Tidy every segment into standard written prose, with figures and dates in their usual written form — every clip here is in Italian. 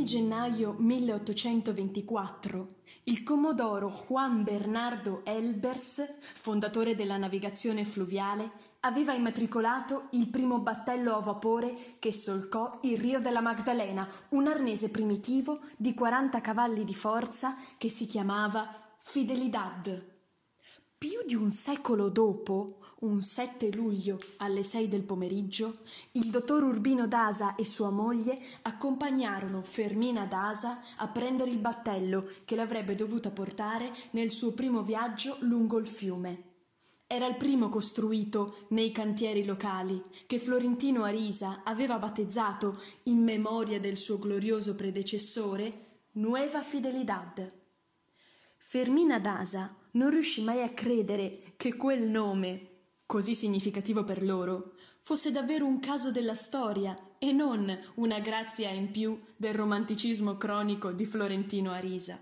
gennaio 1824, il commodoro Juan Bernardo Elbers, fondatore della navigazione fluviale, aveva immatricolato il primo battello a vapore che solcò il Rio della Magdalena, un arnese primitivo di 40 cavalli di forza che si chiamava Fidelidad. Più di un secolo dopo, un 7 luglio alle 6 del pomeriggio, il dottor Urbino Dasa e sua moglie accompagnarono Fermina Dasa a prendere il battello che l'avrebbe dovuta portare nel suo primo viaggio lungo il fiume. Era il primo costruito nei cantieri locali che Florentino Arisa aveva battezzato, in memoria del suo glorioso predecessore, Nueva Fidelidad. Fermina Dasa non riuscì mai a credere che quel nome, così significativo per loro, fosse davvero un caso della storia e non una grazia in più del romanticismo cronico di Florentino Arisa.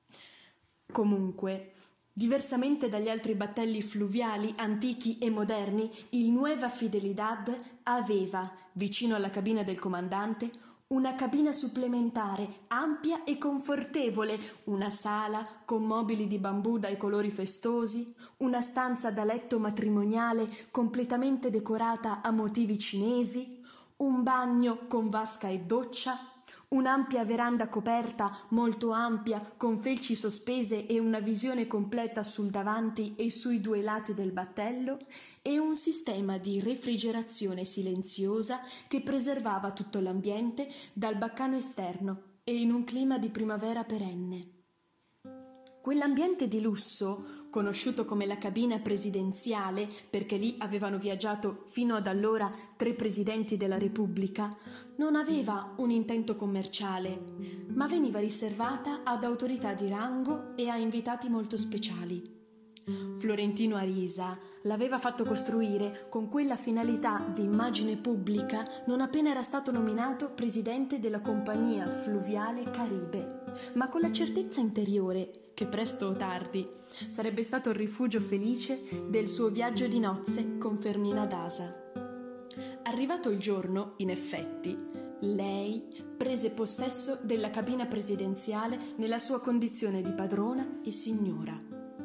Comunque, diversamente dagli altri battelli fluviali antichi e moderni, il Nueva Fidelidad aveva, vicino alla cabina del comandante, una cabina supplementare ampia e confortevole, una sala con mobili di bambù dai colori festosi, una stanza da letto matrimoniale completamente decorata a motivi cinesi, un bagno con vasca e doccia, un'ampia veranda coperta molto ampia con felci sospese e una visione completa sul davanti e sui due lati del battello e un sistema di refrigerazione silenziosa che preservava tutto l'ambiente dal baccano esterno e in un clima di primavera perenne. Quell'ambiente di lusso, conosciuto come la cabina presidenziale, perché lì avevano viaggiato fino ad allora 3 presidenti della Repubblica, non aveva un intento commerciale, ma veniva riservata ad autorità di rango e a invitati molto speciali. Florentino Arisa l'aveva fatto costruire con quella finalità di immagine pubblica non appena era stato nominato presidente della Compagnia Fluviale Caribe, ma con la certezza interiore che presto o tardi sarebbe stato il rifugio felice del suo viaggio di nozze con Fermina Dasa. Arrivato il giorno, in effetti, lei prese possesso della cabina presidenziale nella sua condizione di padrona e signora.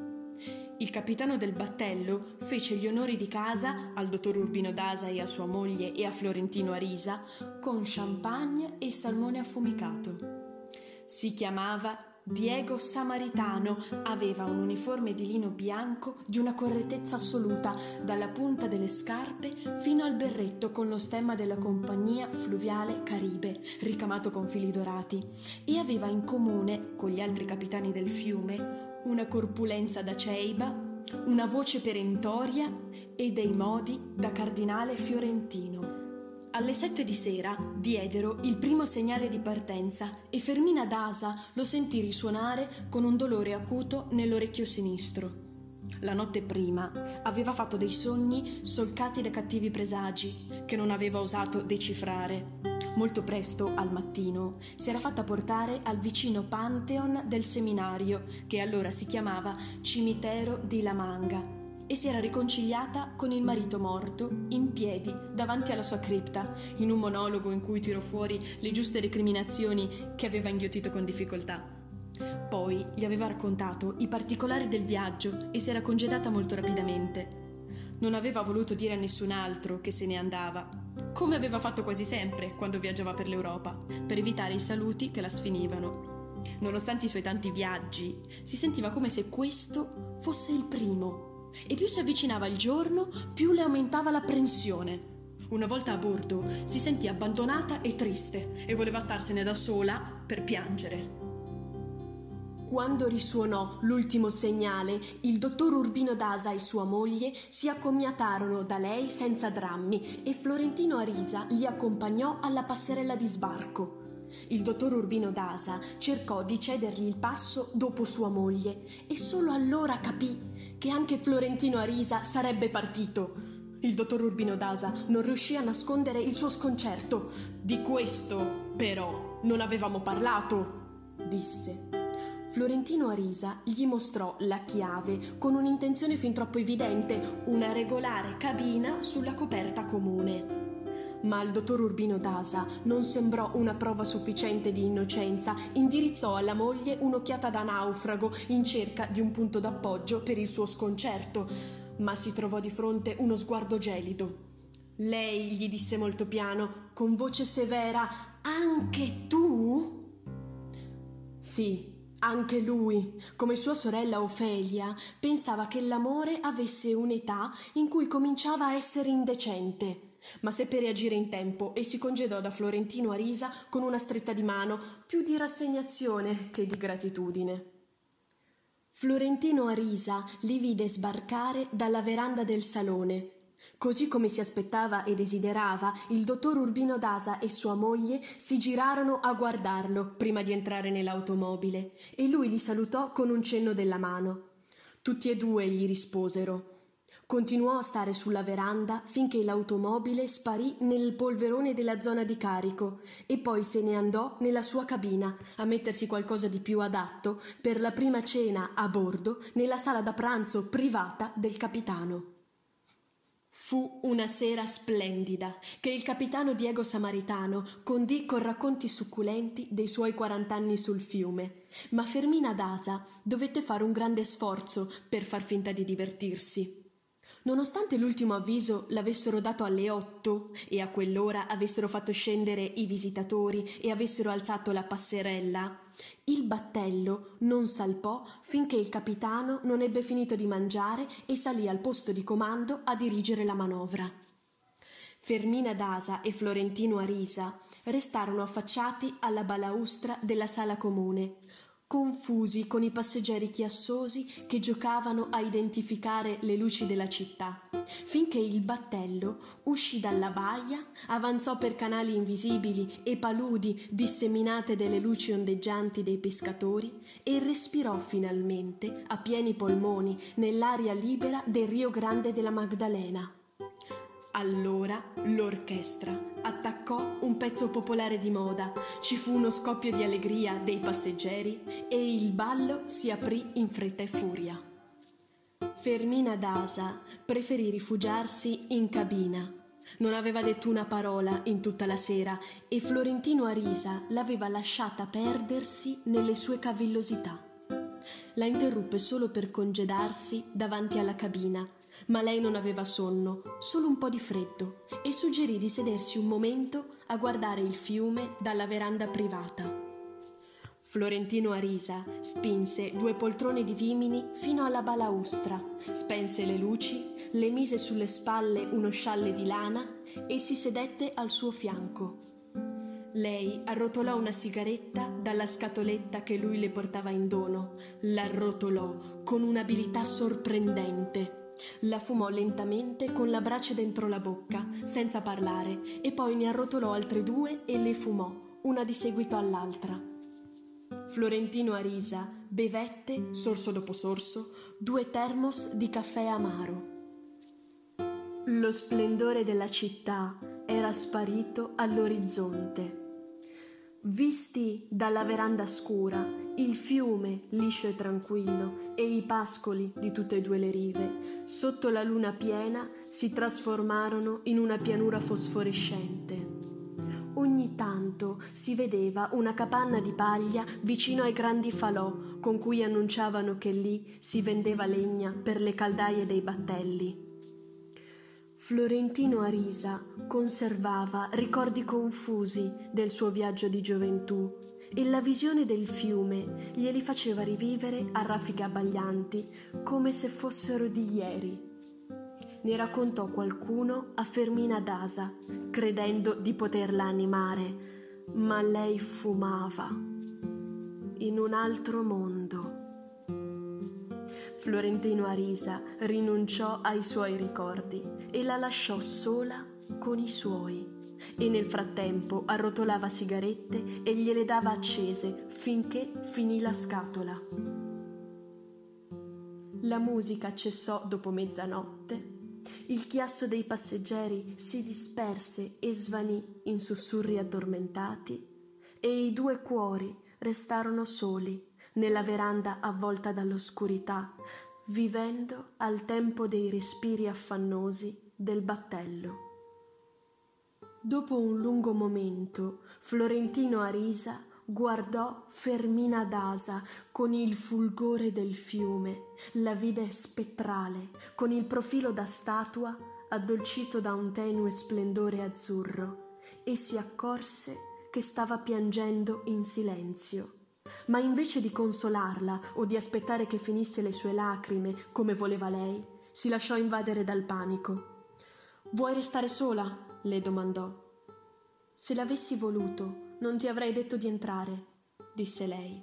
Il capitano del battello fece gli onori di casa al dottor Urbino Dasa e a sua moglie e a Florentino Arisa con champagne e salmone affumicato. Si chiamava Diego Samaritano, aveva un uniforme di lino bianco di una correttezza assoluta, dalla punta delle scarpe fino al berretto con lo stemma della Compagnia Fluviale Caribe, ricamato con fili dorati, e aveva in comune con gli altri capitani del fiume una corpulenza da ceiba, una voce perentoria e dei modi da cardinale fiorentino. Alle 7 di sera diedero il primo segnale di partenza e Fermina Dasa lo sentì risuonare con un dolore acuto nell'orecchio sinistro. La notte prima aveva fatto dei sogni solcati da cattivi presagi che non aveva osato decifrare. Molto presto, al mattino, si era fatta portare al vicino Pantheon del seminario, che allora si chiamava Cimitero di La Manga, e si era riconciliata con il marito morto in piedi davanti alla sua cripta, in un monologo in cui tirò fuori le giuste recriminazioni che aveva inghiottito con difficoltà. Poi gli aveva raccontato i particolari del viaggio e si era congedata molto rapidamente. Non aveva voluto dire a nessun altro che se ne andava, come aveva fatto quasi sempre quando viaggiava per l'Europa, per evitare i saluti che la sfinivano. Nonostante i suoi tanti viaggi, si sentiva come se questo fosse il primo, e più si avvicinava il giorno, più le aumentava l'apprensione. Una volta a bordo si sentì abbandonata e triste e voleva starsene da sola per piangere. Quando risuonò l'ultimo segnale, il dottor Urbino Dasa e sua moglie si accomiatarono da lei senza drammi e Florentino Arisa li accompagnò alla passerella di sbarco. Il dottor Urbino Dasa cercò di cedergli il passo dopo sua moglie e solo allora capì che anche Florentino Arisa sarebbe partito. Il dottor Urbino Dasa non riuscì a nascondere il suo sconcerto. «Di questo, però, non avevamo parlato», disse. Florentino Arisa gli mostrò la chiave con un'intenzione fin troppo evidente, una regolare cabina sulla coperta comune. Ma al dottor Urbino Dasa non sembrò una prova sufficiente di innocenza. Indirizzò alla moglie un'occhiata da naufrago in cerca di un punto d'appoggio per il suo sconcerto, ma si trovò di fronte uno sguardo gelido. Lei gli disse molto piano, con voce severa: «Anche tu?» Sì, anche lui, come sua sorella Ofelia, pensava che l'amore avesse un'età in cui cominciava a essere indecente. Ma seppe reagire in tempo e si congedò da Florentino Arisa con una stretta di mano, più di rassegnazione che di gratitudine. Florentino Arisa li vide sbarcare dalla veranda del salone. Così come si aspettava e desiderava, il dottor Urbino Dasa e sua moglie si girarono a guardarlo prima di entrare nell'automobile e lui li salutò con un cenno della mano. Tutti e due gli risposero. Continuò a stare sulla veranda finché l'automobile sparì nel polverone della zona di carico e poi se ne andò nella sua cabina a mettersi qualcosa di più adatto per la prima cena a bordo nella sala da pranzo privata del capitano. Fu una sera splendida che il capitano Diego Samaritano condì con racconti succulenti dei suoi 40 anni sul fiume, ma Fermina Dasa dovette fare un grande sforzo per far finta di divertirsi. Nonostante l'ultimo avviso l'avessero dato alle 8 e a quell'ora avessero fatto scendere i visitatori e avessero alzato la passerella, il battello non salpò finché il capitano non ebbe finito di mangiare e salì al posto di comando a dirigere la manovra. Fermina Dasa e Florentino Arisa restarono affacciati alla balaustra della sala comune, confusi con i passeggeri chiassosi che giocavano a identificare le luci della città, finché il battello uscì dalla baia, avanzò per canali invisibili e paludi disseminate delle luci ondeggianti dei pescatori e respirò finalmente a pieni polmoni nell'aria libera del Rio Grande della Magdalena. Allora l'orchestra attaccò un pezzo popolare di moda, ci fu uno scoppio di allegria dei passeggeri e il ballo si aprì in fretta e furia. Fermina Dasa preferì rifugiarsi in cabina. Non aveva detto una parola in tutta la sera e Florentino Arisa l'aveva lasciata perdersi nelle sue cavillosità. La interruppe solo per congedarsi davanti alla cabina, ma lei non aveva sonno, solo un po' di freddo, e suggerì di sedersi un momento a guardare il fiume dalla veranda privata. Florentino Arisa spinse 2 poltrone di vimini fino alla balaustra, spense le luci, le mise sulle spalle uno scialle di lana e si sedette al suo fianco. Lei arrotolò una sigaretta dalla scatoletta che lui le portava in dono, l'arrotolò con un'abilità sorprendente. La fumò lentamente con la brace dentro la bocca, senza parlare, e poi ne arrotolò altre 2 e le fumò, una di seguito all'altra. Florentino Arisa bevette, sorso dopo sorso, 2 termos di caffè amaro. Lo splendore della città era sparito all'orizzonte. Visti dalla veranda scura, il fiume liscio e tranquillo e i pascoli di tutte e 2 le rive, sotto la luna piena, si trasformarono in una pianura fosforescente. Ogni tanto si vedeva una capanna di paglia vicino ai grandi falò, con cui annunciavano che lì si vendeva legna per le caldaie dei battelli. Florentino Arisa conservava ricordi confusi del suo viaggio di gioventù e la visione del fiume glieli faceva rivivere a raffiche abbaglianti come se fossero di ieri. Ne raccontò qualcuno a Fermina Dasa, credendo di poterla animare, ma lei fumava in un altro mondo. Florentino Arisa rinunciò ai suoi ricordi e la lasciò sola con i suoi e nel frattempo arrotolava sigarette e gliele dava accese finché finì la scatola. La musica cessò dopo mezzanotte, il chiasso dei passeggeri si disperse e svanì in sussurri addormentati e i 2 cuori restarono soli nella veranda avvolta dall'oscurità, vivendo al tempo dei respiri affannosi del battello. Dopo un lungo momento, Florentino Arisa guardò Fermina Dasa con il fulgore del fiume, la vide spettrale, con il profilo da statua addolcito da un tenue splendore azzurro, e si accorse che stava piangendo in silenzio. Ma invece di consolarla o di aspettare che finisse le sue lacrime come voleva lei, si lasciò invadere dal panico. «Vuoi restare sola?» le domandò. «Se l'avessi voluto, non ti avrei detto di entrare», disse lei.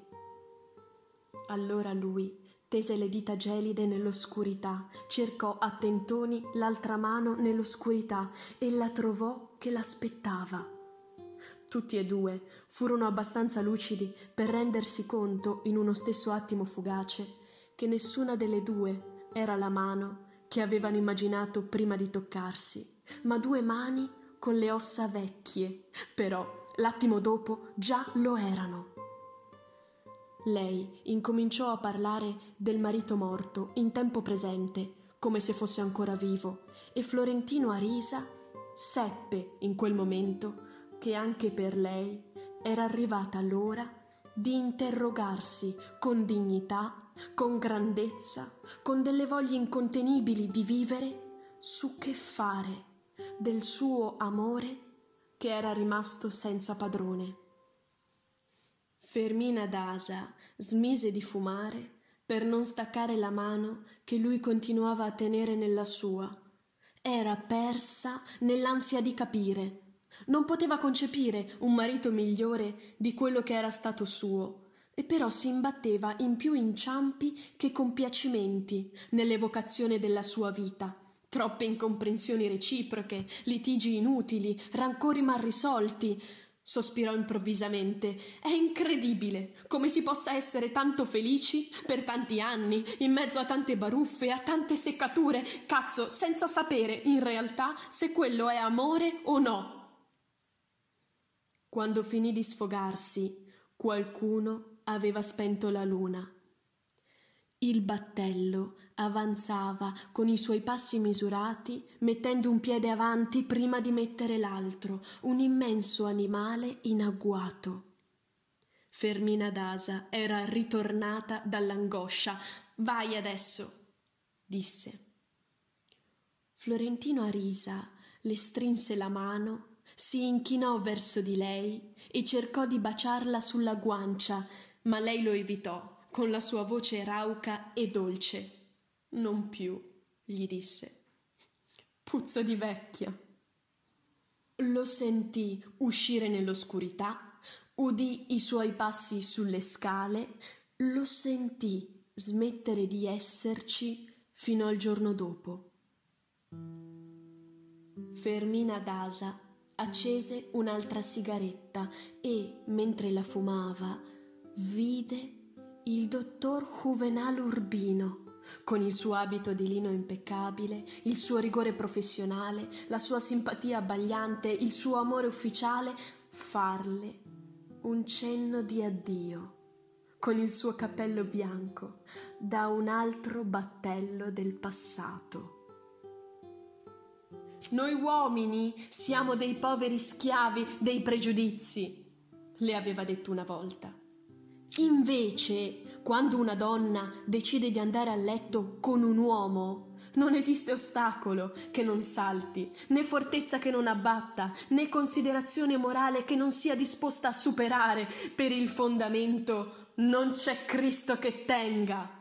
Allora lui tese le dita gelide nell'oscurità, cercò a tentoni l'altra mano nell'oscurità e la trovò che l'aspettava. Tutti e due furono abbastanza lucidi per rendersi conto, in uno stesso attimo fugace, che nessuna delle due era la mano che avevano immaginato prima di toccarsi, ma due mani con le ossa vecchie, però l'attimo dopo già lo erano. Lei incominciò a parlare del marito morto in tempo presente, come se fosse ancora vivo, e Florentino Arisa seppe in quel momento che anche per lei era arrivata l'ora di interrogarsi con dignità, con grandezza, con delle voglie incontenibili di vivere, su che fare del suo amore che era rimasto senza padrone. Fermina Dasa smise di fumare per non staccare la mano che lui continuava a tenere nella sua. Era persa nell'ansia di capire. Non poteva concepire un marito migliore di quello che era stato suo, e però si imbatteva in più inciampi che compiacimenti nell'evocazione della sua vita. Troppe incomprensioni reciproche, litigi inutili, rancori mal risolti. Sospirò improvvisamente. È incredibile come si possa essere tanto felici per tanti anni, in mezzo a tante baruffe, a tante seccature, cazzo, senza sapere in realtà se quello è amore o no. Quando finì di sfogarsi, qualcuno aveva spento la luna. Il battello avanzava con i suoi passi misurati, mettendo un piede avanti prima di mettere l'altro, un immenso animale in agguato. Fermina Dasa era ritornata dall'angoscia. «Vai adesso», disse. Florentino Arisa le strinse la mano, si inchinò verso di lei e cercò di baciarla sulla guancia, ma lei lo evitò con la sua voce rauca e dolce. «Non più», gli disse. «Puzzo di vecchia». Lo sentì uscire nell'oscurità, udì i suoi passi sulle scale, lo sentì smettere di esserci fino al giorno dopo. Fermina Dasa accese un'altra sigaretta e, mentre la fumava, vide il dottor Juvenal Urbino, con il suo abito di lino impeccabile, il suo rigore professionale, la sua simpatia abbagliante, il suo amore ufficiale, farle un cenno di addio, con il suo cappello bianco, da un altro battello del passato. «Noi uomini siamo dei poveri schiavi dei pregiudizi», le aveva detto una volta. «Invece, quando una donna decide di andare a letto con un uomo, non esiste ostacolo che non salti, né fortezza che non abbatta, né considerazione morale che non sia disposta a superare. Per il fondamento non c'è Cristo che tenga».